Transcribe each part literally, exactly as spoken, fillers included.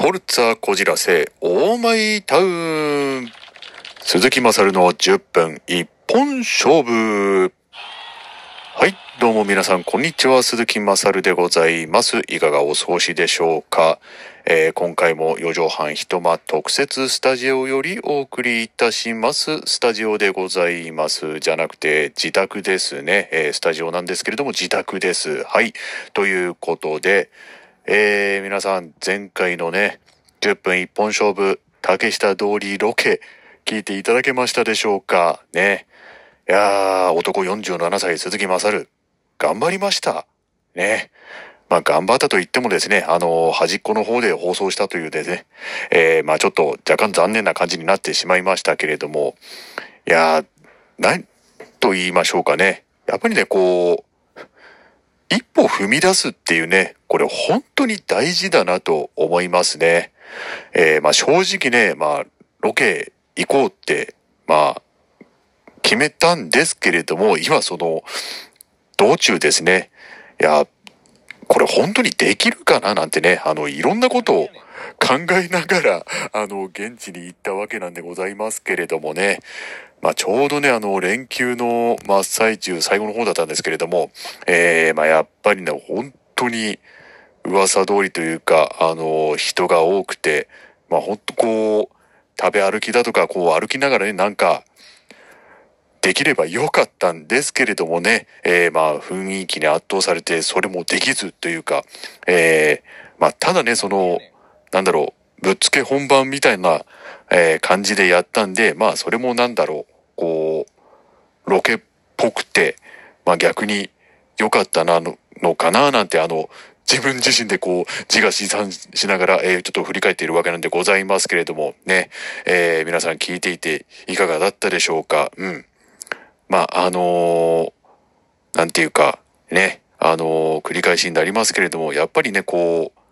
フォルツァこじらせオーマイタウン、鈴木まさるのじゅっぷん一本勝負。はい、どうも皆さんこんにちは、鈴木まさるでございます。いかがお過ごしでしょうか。えー、今回もよ畳半一間特設スタジオよりお送りいたします。スタジオでございますじゃなくて自宅ですね、えー、スタジオなんですけれども自宅です。はい、ということで、えー、皆さん前回のねじゅっぷん一本勝負竹下通りロケ聞いていただけましたでしょうかね。いやー、男よんじゅうななさい鈴木まさる頑張りましたね。まあ頑張ったと言ってもですね、あのー、端っこの方で放送したというですね、えー、まあちょっと若干残念な感じになってしまいましたけれども、いやー、何と言いましょうかね。やっぱりね、こう一歩踏み出すっていうね、これ本当に大事だなと思いますね。えー、まあ正直ね、まあロケ行こうってまあ決めたんですけれども、今その道中ですね、いやこれ本当にできるかななんてね、あのいろんなことを考えながらあの現地に行ったわけなんでございますけれどもね。まあちょうどね、あの連休の真っ最中最後の方だったんですけれども、えー、まあやっぱりね本当に噂通りというか、あの人が多くて、まあ本当こう食べ歩きだとかこう歩きながらね、なんかできれば良かったんですけれどもね、えー、まあ雰囲気に圧倒されてそれもできずというか、えー、まあただね、そのなんだろう、ぶっつけ本番みたいな、えー、感じでやったんで、まあそれもなんだろう、こうロケっぽくて、まあ逆に良かったなののかななんて、あの自分自身でこう自画自賛しながら、えー、ちょっと振り返っているわけなんでございますけれどもね、えー、皆さん聞いていていかがだったでしょうか。うん。まああのー、なんていうかね、あのー、繰り返しになりますけれども、やっぱりねこう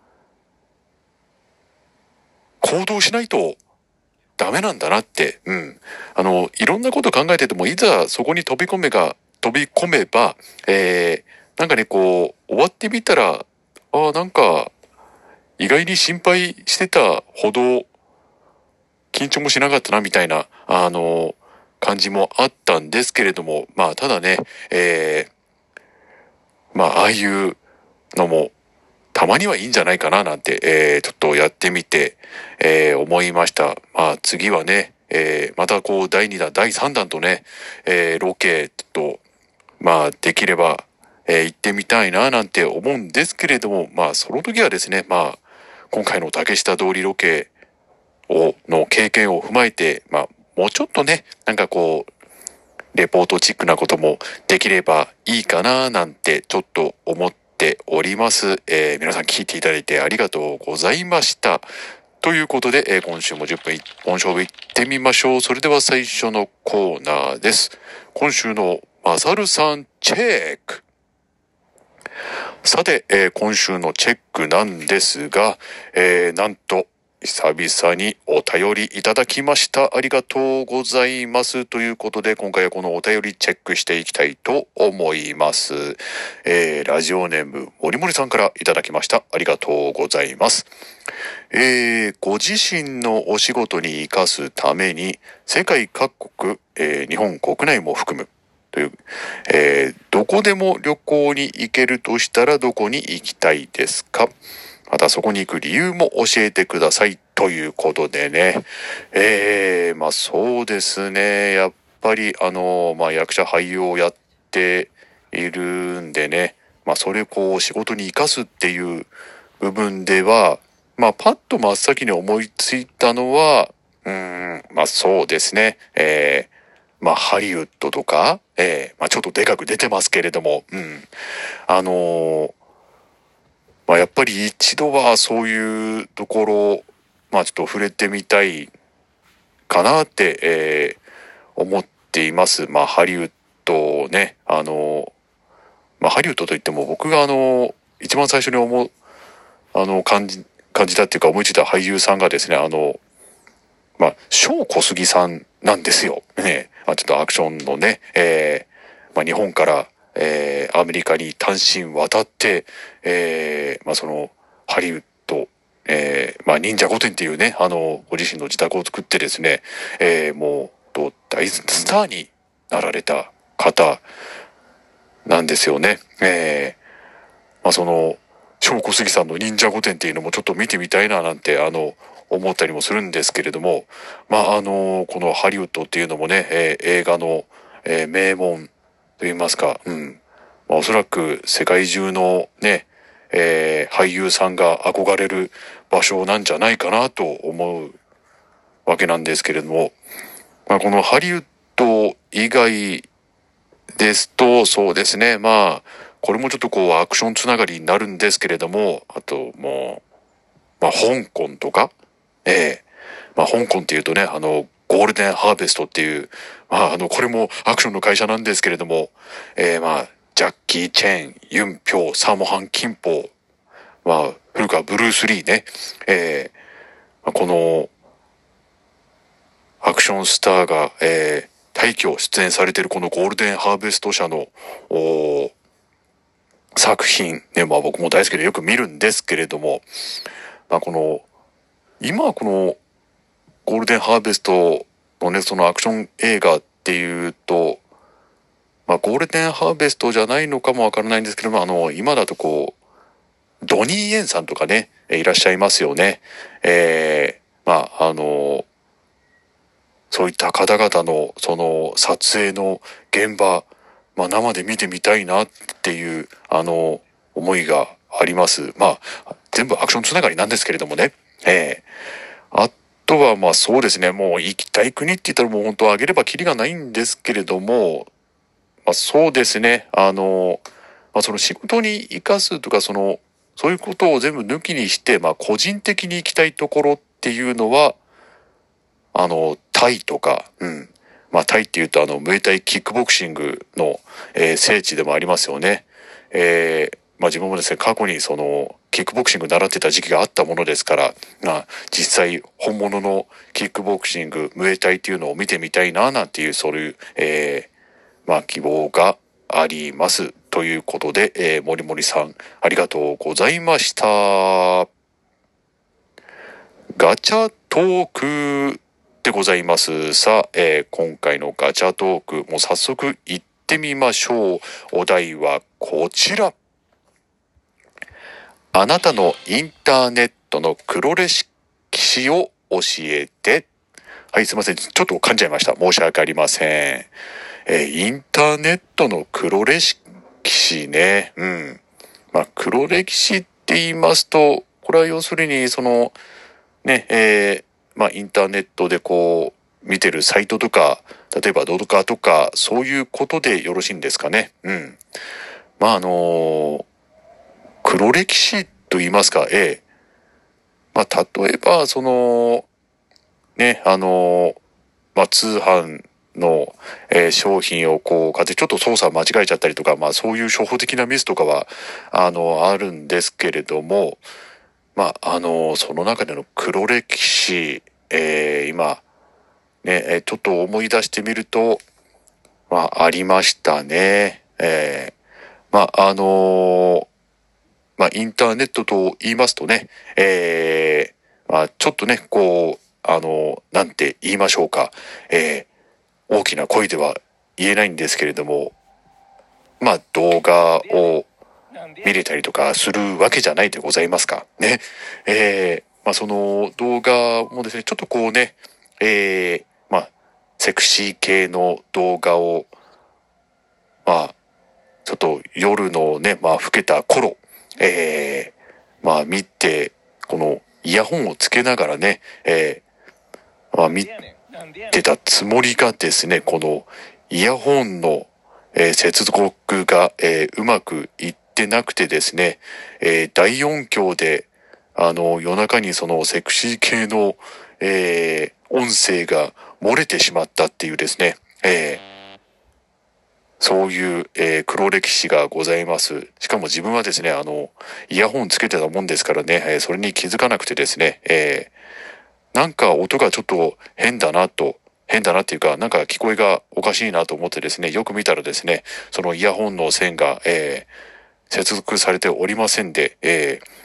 行動しないとダメなんだなって、うん。あの、いろんなこと考えてても、いざそこに飛び込めが、飛び込めば、えー、なんかね、こう、終わってみたら、ああ、なんか、意外に心配してたほど、緊張もしなかったな、みたいな、あの、感じもあったんですけれども、まあ、ただね、えー、まあ、ああいうのも、たまにはいいんじゃないかななんて、えー、ちょっとやってみて、えー、思いました。まあ次はね、えー、またこうだいにだん、だいさんだんとね、えー、ロケと、まあできれば、えー、行ってみたいななんて思うんですけれども、まあその時はですね、まあ今回の竹下通りロケを、の経験を踏まえて、まあもうちょっとね、なんかこう、レポートチックなこともできればいいかななんてちょっと思っております。えー、皆さん聞いていただいてありがとうございました。ということで、えー、今週もじゅっぷん一本勝負いってみましょう。それでは最初のコーナーです。今週のマサルさんチェック。さて、えー、今週のチェックなんですが、えー、なんと久々にお便りいただきました。ありがとうございます。ということで、今回はこのお便りチェックしていきたいと思います。えー、ラジオネーム、もりもりさんからいただきました。ありがとうございます。えー、ご自身のお仕事に生かすために、世界各国、えー、日本国内も含む、という、えー、どこでも旅行に行けるとしたらどこに行きたいですか？またそこに行く理由も教えてくださいということでね。えー、まあそうですね。やっぱりあの、まあ役者俳優をやっているんでね。まあそれをこう仕事に生かすっていう部分では、まあパッと真っ先に思いついたのは、うーん、まあそうですね。えー、まあハリウッドとか、えー、まあちょっとでかく出てますけれども、うん。あのーまあやっぱり一度はそういうところ、まあちょっと触れてみたいかなって、えー、思っています。まあハリウッドね、あの、まあハリウッドといっても僕があの、一番最初に思う、あの、感じ、感じたっていうか思いついた俳優さんがですね、あの、まあ、小小杉さんなんですよ。ね、まあ、ちょっとアクションのね、えー、まあ日本から、えー、アメリカに単身渡って、えー、まあそのハリウッドえー、まあ、忍者御殿っていうね、あの、ご自身の自宅を作ってですね、えー、もう、大スターになられた方なんですよね。えー、まあ、その、超小杉さんの忍者御殿っていうのもちょっと見てみたいななんて、あの、思ったりもするんですけれども、まあ、あの、このハリウッドっていうのもね、えー、映画の、えー、名門といいますか、うん。まあ、おそらく世界中のね、えー、俳優さんが憧れる場所なんじゃないかなと思うわけなんですけれども、まあ、このハリウッド以外ですと、そうですね、まあ、これもちょっとこうアクションつながりになるんですけれども、あともう、まあ、香港とか、ええまあ、香港っていうとね、あの、ゴールデンハーベストっていう、まあ、あの、これもアクションの会社なんですけれども、ええまあ、ジャッキー・チェン、ユン・ピョウ、サモハン・キンポー、まあ、古川ブルース・リーね、ええまあ、この、アクションスターが、えー、大挙出演されているこのゴールデンハーベスト社の作品、ね、まあ僕も大好きでよく見るんですけれども、まあこの、今このゴールデンハーベストのね、そのアクション映画っていうと、まあゴールデンハーベストじゃないのかもわからないんですけども、あの、今だとこう、ドニー・イエンさんとかね、いらっしゃいますよね。えー、まああの、そういった方々のその撮影の現場、まあ生で見てみたいなっていうあの思いがあります。まあ全部アクションつながりなんですけれどもね。ええー、あとはまあそうですね、もう行きたい国って言ったらもう本当あげればキリがないんですけれども、まあそうですね、あの、まあその仕事に生かすとかその、そういうことを全部抜きにして、まあ個人的に行きたいところっていうのは、あの、タイとか、うん。まあ、タイっていうと、あの、ムエタイキックボクシングの、えー、聖地でもありますよね。えー、まあ自分もですね、過去にその、キックボクシング習ってた時期があったものですから、まあ、実際、本物のキックボクシング、ムエタイっていうのを見てみたいな、なんていう、そういう、えー、まあ、希望があります。ということで、えー、もりもりさん、ありがとうございました。ガチャトークでございます。さあ、えー、今回のガチャトーク、もう早速行ってみましょう。お題はこちら。あなたのインターネットの黒歴史を教えて。はい、すいません。ちょっと噛んじゃいました。申し訳ありません。えー、インターネットの黒歴史ね。うん。まあ、黒歴史って言いますと、これは要するに、その、ね、えー、まあ、インターネットでこう、見てるサイトとか、例えば動画とか、そういうことでよろしいんですかね。うん。まあ、あのー、黒歴史と言いますか、ええ。まあ、例えば、その、ね、あのー、まあ、通販の、えー、商品をこう買ってちょっと操作間違えちゃったりとか、まあ、そういう初歩的なミスとかは、あの、あるんですけれども、まあ、あの、その中での黒歴史、えー、今、ね、ちょっと思い出してみると、まあ、ありましたね。えー、まあ、あのー、まあ、インターネットと言いますとね、えー、まあ、ちょっとね、こう、あのー、なんて言いましょうか、えー、大きな声では言えないんですけれども、まあ、動画を見れたりとかするわけじゃないでございますか。ね。えー、まあ、その動画もですね、ちょっとこうね、えー、まあ、セクシー系の動画を、まあ、ちょっと夜のね、まあ、更けた頃、えー、まあ、見て、このイヤホンをつけながらね、えー、まあ、見てたつもりがですね、このイヤホンの、えー、接続が、えー、うまくいってなくてですね、えー、大音響で、あの、夜中にそのセクシー系の、えー、音声が漏れてしまったっていうですね、えー、そういう、えー、黒歴史がございます。しかも自分はですね、あの、イヤホンつけてたもんですからね、えー、それに気づかなくてですね、えー、なんか音がちょっと変だなと、変だなっていうか、なんか聞こえがおかしいなと思ってですね、よく見たらですね、そのイヤホンの線が、えー、接続されておりませんで、えー、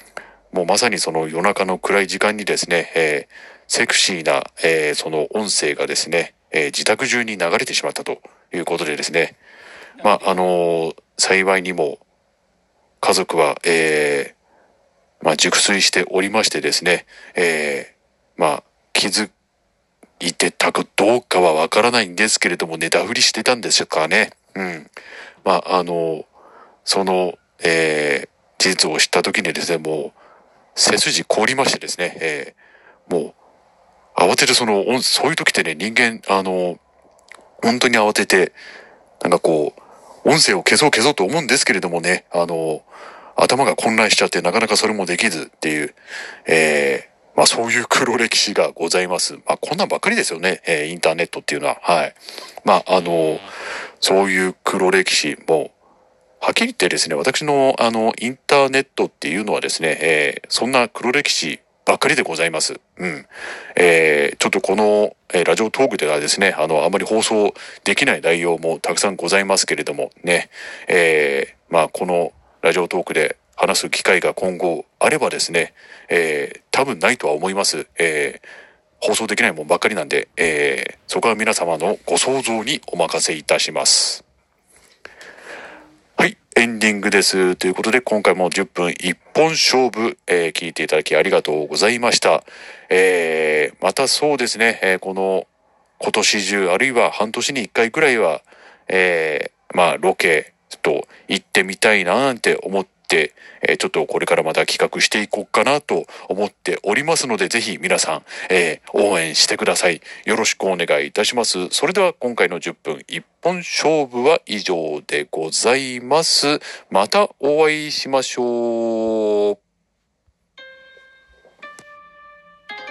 もうまさにその夜中の暗い時間にですね、えー、セクシーな、えー、その音声がですね、えー、自宅中に流れてしまったということでですね、まあ、あのー、幸いにも家族は、えー、まあ、熟睡しておりましてですね、えー、まあ、気づいてたかどうかはわからないんですけれども、寝たふりしてたんですかね。うん。まあ、あのー、その、えー、事実を知った時にですね、もう、背筋凍りましてですね、えー、もう、慌ててその、そういう時ってね、人間、あの、本当に慌てて、なんかこう、音声を消そう消そうと思うんですけれどもね、あの、頭が混乱しちゃってなかなかそれもできずっていう、えー、まあそういう黒歴史がございます。まあこんなんばっかりですよね、えー、インターネットっていうのは。はい。まああの、そういう黒歴史も、はっきり言ってですね、私のあの、インターネットっていうのはですね、えー、そんな黒歴史ばっかりでございます。うん。えー、ちょっとこの、えー、ラジオトークではですね、あの、あまり放送できない内容もたくさんございますけれども、ね、えー、まあ、このラジオトークで話す機会が今後あればですね、えー、多分ないとは思います。えー、放送できないもんばっかりなんで、えー、そこは皆様のご想像にお任せいたします。はい、エンディングです。ということで、今回もじゅっぷん一本勝負、えー、聞いていただきありがとうございました。えー、またそうですね、えー、この今年中、あるいは半年に一回くらいは、えー、まあ、ロケ、ちょっと行ってみたいななんて思って、えー、ちょっとこれからまた企画していこうかなと思っておりますので、ぜひ皆さん、えー、応援してください。よろしくお願いいたします。それでは今回のじゅっぷん一本勝負は以上でございます。またお会いしましょう。